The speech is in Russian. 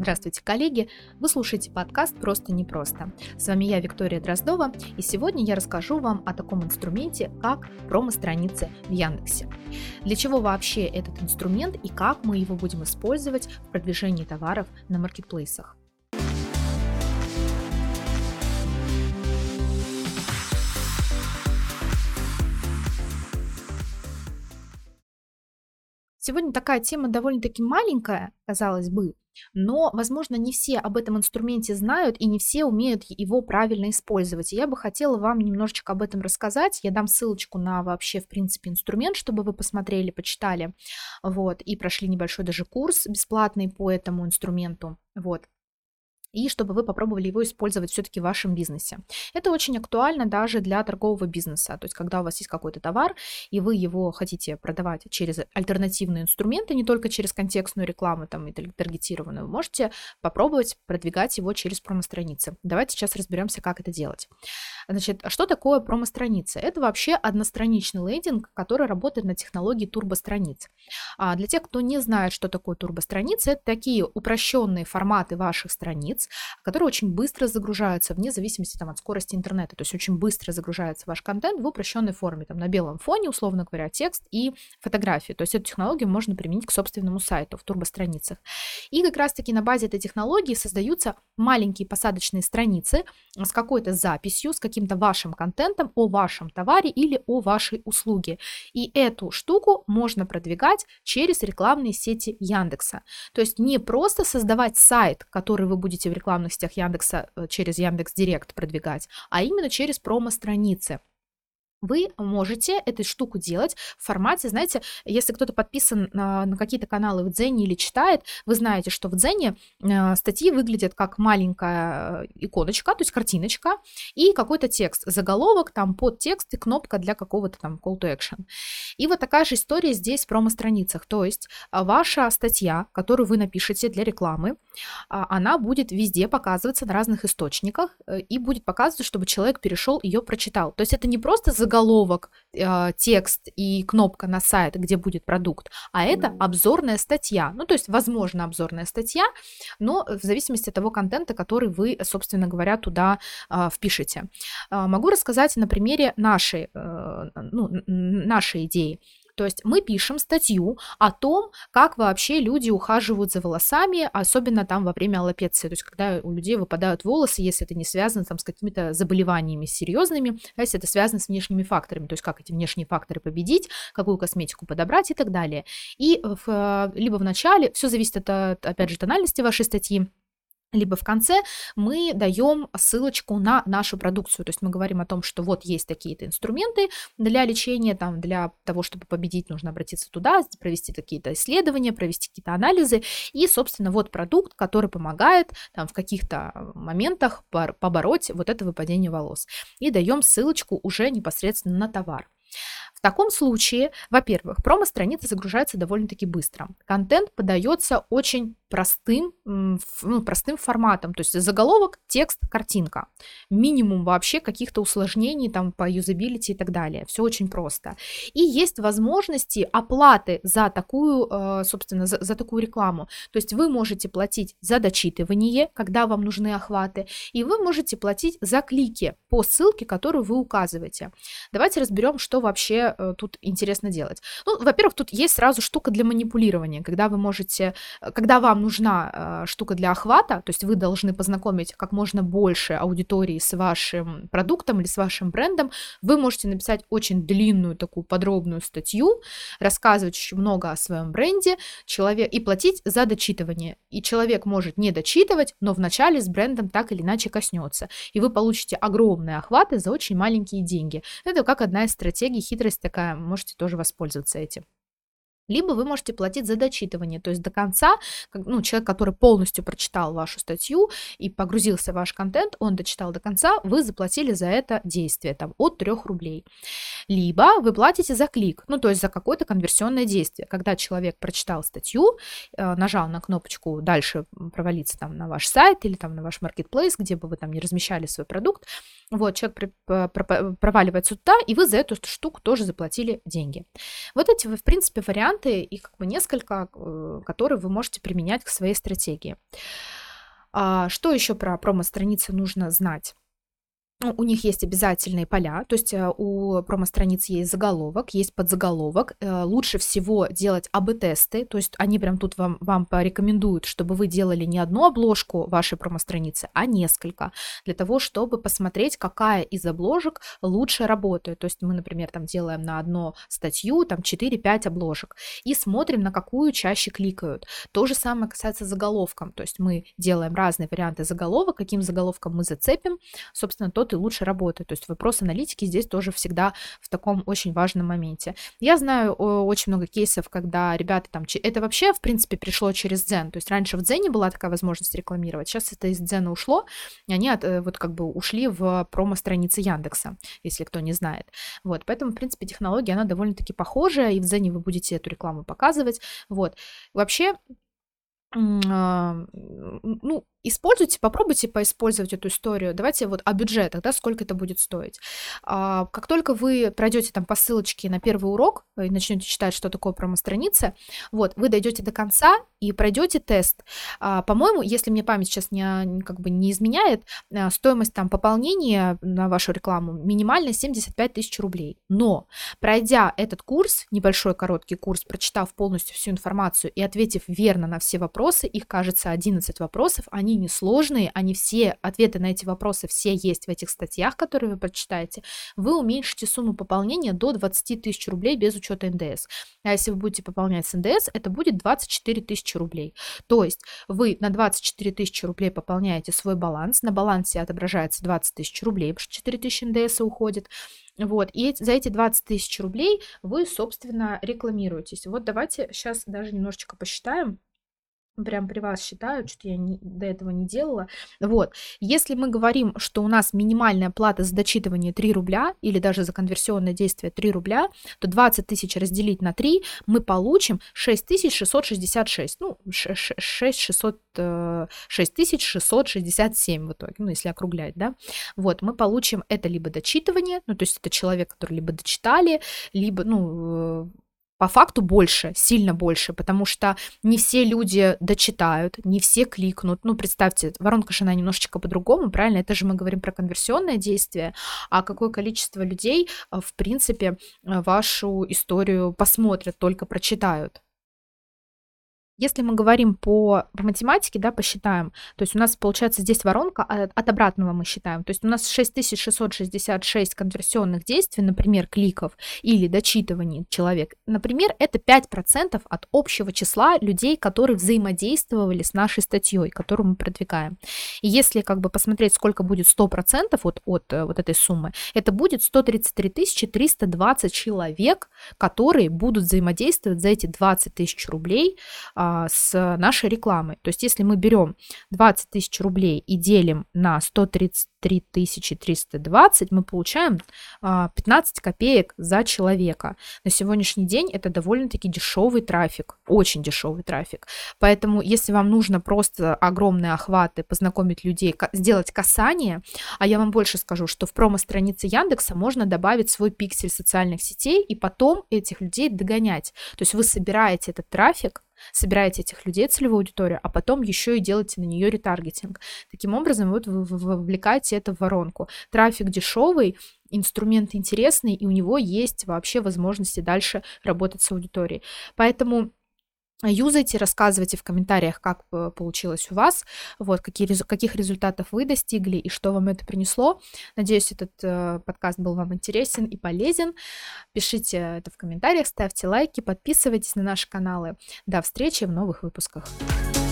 Здравствуйте, коллеги! Вы слушаете подкаст «Просто непросто». С вами я, Виктория Дроздова, и сегодня я расскажу вам о таком инструменте, как промо-страницы в Яндексе. Для чего вообще этот инструмент и как мы его будем использовать в продвижении товаров на маркетплейсах. Сегодня такая тема довольно-таки маленькая, казалось бы, но, возможно, не все об этом инструменте знают и не все умеют его правильно использовать. И я бы хотела вам немножечко об этом рассказать. Я дам ссылочку на вообще, в принципе, инструмент, чтобы вы посмотрели, почитали, и прошли небольшой даже курс бесплатный по этому инструменту, и чтобы вы попробовали его использовать все-таки в вашем бизнесе. Это очень актуально даже для торгового бизнеса. То есть, когда у вас есть какой-то товар, и вы его хотите продавать через альтернативные инструменты, не только через контекстную рекламу и таргетированную, вы можете попробовать продвигать его через промо-страницы. Давайте сейчас разберемся, как это делать. Значит, что такое промо-страница? Это вообще одностраничный лендинг, который работает на технологии турбостраниц. Для тех, кто не знает, что такое турбостраницы, это такие упрощенные форматы ваших страниц, которые очень быстро загружаются вне зависимости от скорости интернета. То есть очень быстро загружается ваш контент в упрощенной форме, на белом фоне, условно говоря, текст и фотографии. То есть эту технологию можно применить к собственному сайту в турбостраницах. И как раз-таки на базе этой технологии создаются маленькие посадочные страницы с какой-то записью, с каким-то вашим контентом о вашем товаре или о вашей услуге. И эту штуку можно продвигать через рекламные сети Яндекса. То есть не просто создавать сайт, который вы будете в рекламных сетях Яндекса через Яндекс.Директ продвигать, а именно через промо-страницы. Вы можете эту штуку делать в формате, знаете, если кто-то подписан на какие-то каналы в Дзене или читает, вы знаете, что в Дзене статьи выглядят как маленькая иконочка, то есть картиночка, и какой-то текст, заголовок, подтекст и кнопка для какого-то call to action. И вот такая же история здесь в промо-страницах, то есть ваша статья, которую вы напишете для рекламы, она будет везде показываться на разных источниках и будет показываться, чтобы человек перешел и ее прочитал. То есть это не просто заголовок, текст и кнопка на сайт, где будет продукт, а это обзорная статья. То есть, возможно, обзорная статья, но в зависимости от того контента, который вы, собственно говоря, туда впишете. Могу рассказать на примере нашей идеи. То есть мы пишем статью о том, как вообще люди ухаживают за волосами, особенно во время аллопеции, то есть когда у людей выпадают волосы, если это не связано с какими-то заболеваниями серьезными, а если это связано с внешними факторами, то есть как эти внешние факторы победить, какую косметику подобрать и так далее. И либо в начале, все зависит от, опять же, тональности вашей статьи, либо в конце мы даем ссылочку на нашу продукцию. То есть мы говорим о том, что есть такие-то инструменты для лечения, для того, чтобы победить, нужно обратиться туда, провести какие-то исследования, провести какие-то анализы. И, собственно, продукт, который помогает в каких-то моментах побороть это выпадение волос. И даем ссылочку уже непосредственно на товар. В таком случае, во-первых, промо-страница загружается довольно-таки быстро. Контент подается очень простым форматом, то есть заголовок, текст, картинка. Минимум вообще каких-то усложнений по юзабилити и так далее. Все очень просто. И есть возможности оплаты за такую, собственно, за такую рекламу. То есть вы можете платить за дочитывание, когда вам нужны охваты, и вы можете платить за клики по ссылке, которую вы указываете. Давайте разберем, что вообще тут интересно делать. Во-первых, тут есть сразу штука для манипулирования, когда вам нужна штука для охвата, то есть вы должны познакомить как можно больше аудитории с вашим продуктом или с вашим брендом, вы можете написать очень длинную такую подробную статью, рассказывать очень много о своем бренде и платить за дочитывание. И человек может не дочитывать, но вначале с брендом так или иначе коснется. И вы получите огромные охваты за очень маленькие деньги. Это как одна из стратегий, хитрость такая, можете тоже воспользоваться этим. Либо вы можете платить за дочитывание, то есть до конца, человек, который полностью прочитал вашу статью и погрузился в ваш контент, он дочитал до конца, вы заплатили за это действие от 3 рублей. Либо вы платите за клик, то есть за какое-то конверсионное действие, когда человек прочитал статью, нажал на кнопочку «Дальше провалиться на ваш сайт» или на ваш маркетплейс, где бы вы не размещали свой продукт, человек проваливается туда, и вы за эту штуку тоже заплатили деньги. Эти, в принципе, варианты варианты и как бы несколько, которые вы можете применять к своей стратегии. Что еще про промо-страницы нужно знать? Ну, у них есть обязательные поля, то есть у промо-страниц есть заголовок, есть подзаголовок. Лучше всего делать АБ-тесты, то есть они прям тут вам порекомендуют, чтобы вы делали не одну обложку вашей промо-страницы, а несколько, для того, чтобы посмотреть, какая из обложек лучше работает. То есть мы, например, там делаем на одну статью там 4-5 обложек и смотрим, на какую чаще кликают. То же самое касается заголовком, то есть мы делаем разные варианты заголовок, каким заголовком мы зацепим, собственно, тот и лучше работает. То есть вопрос аналитики здесь тоже всегда в таком очень важном моменте. Я знаю очень много кейсов, когда ребята там... Это вообще, в принципе, пришло через Дзен. То есть раньше в Дзене была такая возможность рекламировать, сейчас это из Дзена ушло, и они вот как бы ушли в промо-страницы Яндекса, если кто не знает. Вот, поэтому, в принципе, технология, она довольно-таки похожая, и в Дзене вы будете эту рекламу показывать. Вот. Вообще, ну, используйте, попробуйте поиспользовать эту историю. Давайте вот о бюджетах, да, сколько это будет стоить. Как только вы пройдете там по ссылочке на первый урок и начнете читать, что такое промо-страница, вот, вы дойдете до конца и пройдете тест. По-моему, если мне память сейчас как бы не изменяет, стоимость там пополнения на вашу рекламу минимальная 75 тысяч рублей. Но пройдя этот курс, небольшой короткий курс, прочитав полностью всю информацию и ответив верно на все вопросы, их, кажется, 11 вопросов, они несложные, они все, ответы на эти вопросы все есть в этих статьях, которые вы прочитаете, вы уменьшите сумму пополнения до 20 тысяч рублей без учета НДС. А если вы будете пополнять с НДС, это будет 24 тысячи рублей. То есть вы на 24 тысячи рублей пополняете свой баланс, на балансе отображается 20 тысяч рублей, потому что 4 тысячи НДС уходит. Вот, и за эти 20 тысяч рублей вы, собственно, рекламируетесь. Вот давайте сейчас даже немножечко посчитаем. Прям при вас считаю, что-то я до этого не делала. Вот, если мы говорим, что у нас минимальная плата за дочитывание 3 рубля, или даже за конверсионное действие 3 рубля, то 20 тысяч разделить на 3, мы получим 6666, ну, 6667 в итоге, ну, если округлять, да. Вот, мы получим это либо дочитывание, ну, то есть это человек, который либо дочитали, либо, ну, по факту больше, сильно больше, потому что не все люди дочитают, не все кликнут. Ну, представьте, воронка же она немножечко по-другому, правильно? Это же мы говорим про конверсионное действие, а какое количество людей, в принципе, вашу историю посмотрят, только прочитают. Если мы говорим по математике, да, посчитаем, то есть у нас получается здесь воронка, от обратного мы считаем, то есть у нас 6666 конверсионных действий, например, кликов или дочитываний человек, например, это 5% от общего числа людей, которые взаимодействовали с нашей статьей, которую мы продвигаем. И если как бы посмотреть, сколько будет 100% от вот этой суммы, это будет 133 320 человек, которые будут взаимодействовать за эти 20 тысяч рублей с нашей рекламой. То есть если мы берем 20 тысяч рублей и делим на 133 320, мы получаем 15 копеек за человека. На сегодняшний день это довольно-таки дешевый трафик, очень дешевый трафик. Поэтому если вам нужно просто огромные охваты, познакомить людей, сделать касание, а я вам больше скажу, что в промо-странице Яндекса можно добавить свой пиксель социальных сетей и потом этих людей догонять. То есть вы собираете этот трафик, собираете этих людей, целевую аудиторию, а потом еще и делаете на нее ретаргетинг. Таким образом, вот вы вовлекаете это в воронку. Трафик дешевый, инструмент интересный, и у него есть вообще возможности дальше работать с аудиторией. Поэтому юзайте, рассказывайте в комментариях, как получилось у вас, вот, каких результатов вы достигли и что вам это принесло. Надеюсь, этот подкаст был вам интересен и полезен. Пишите это в комментариях, ставьте лайки, подписывайтесь на наши каналы. До встречи в новых выпусках.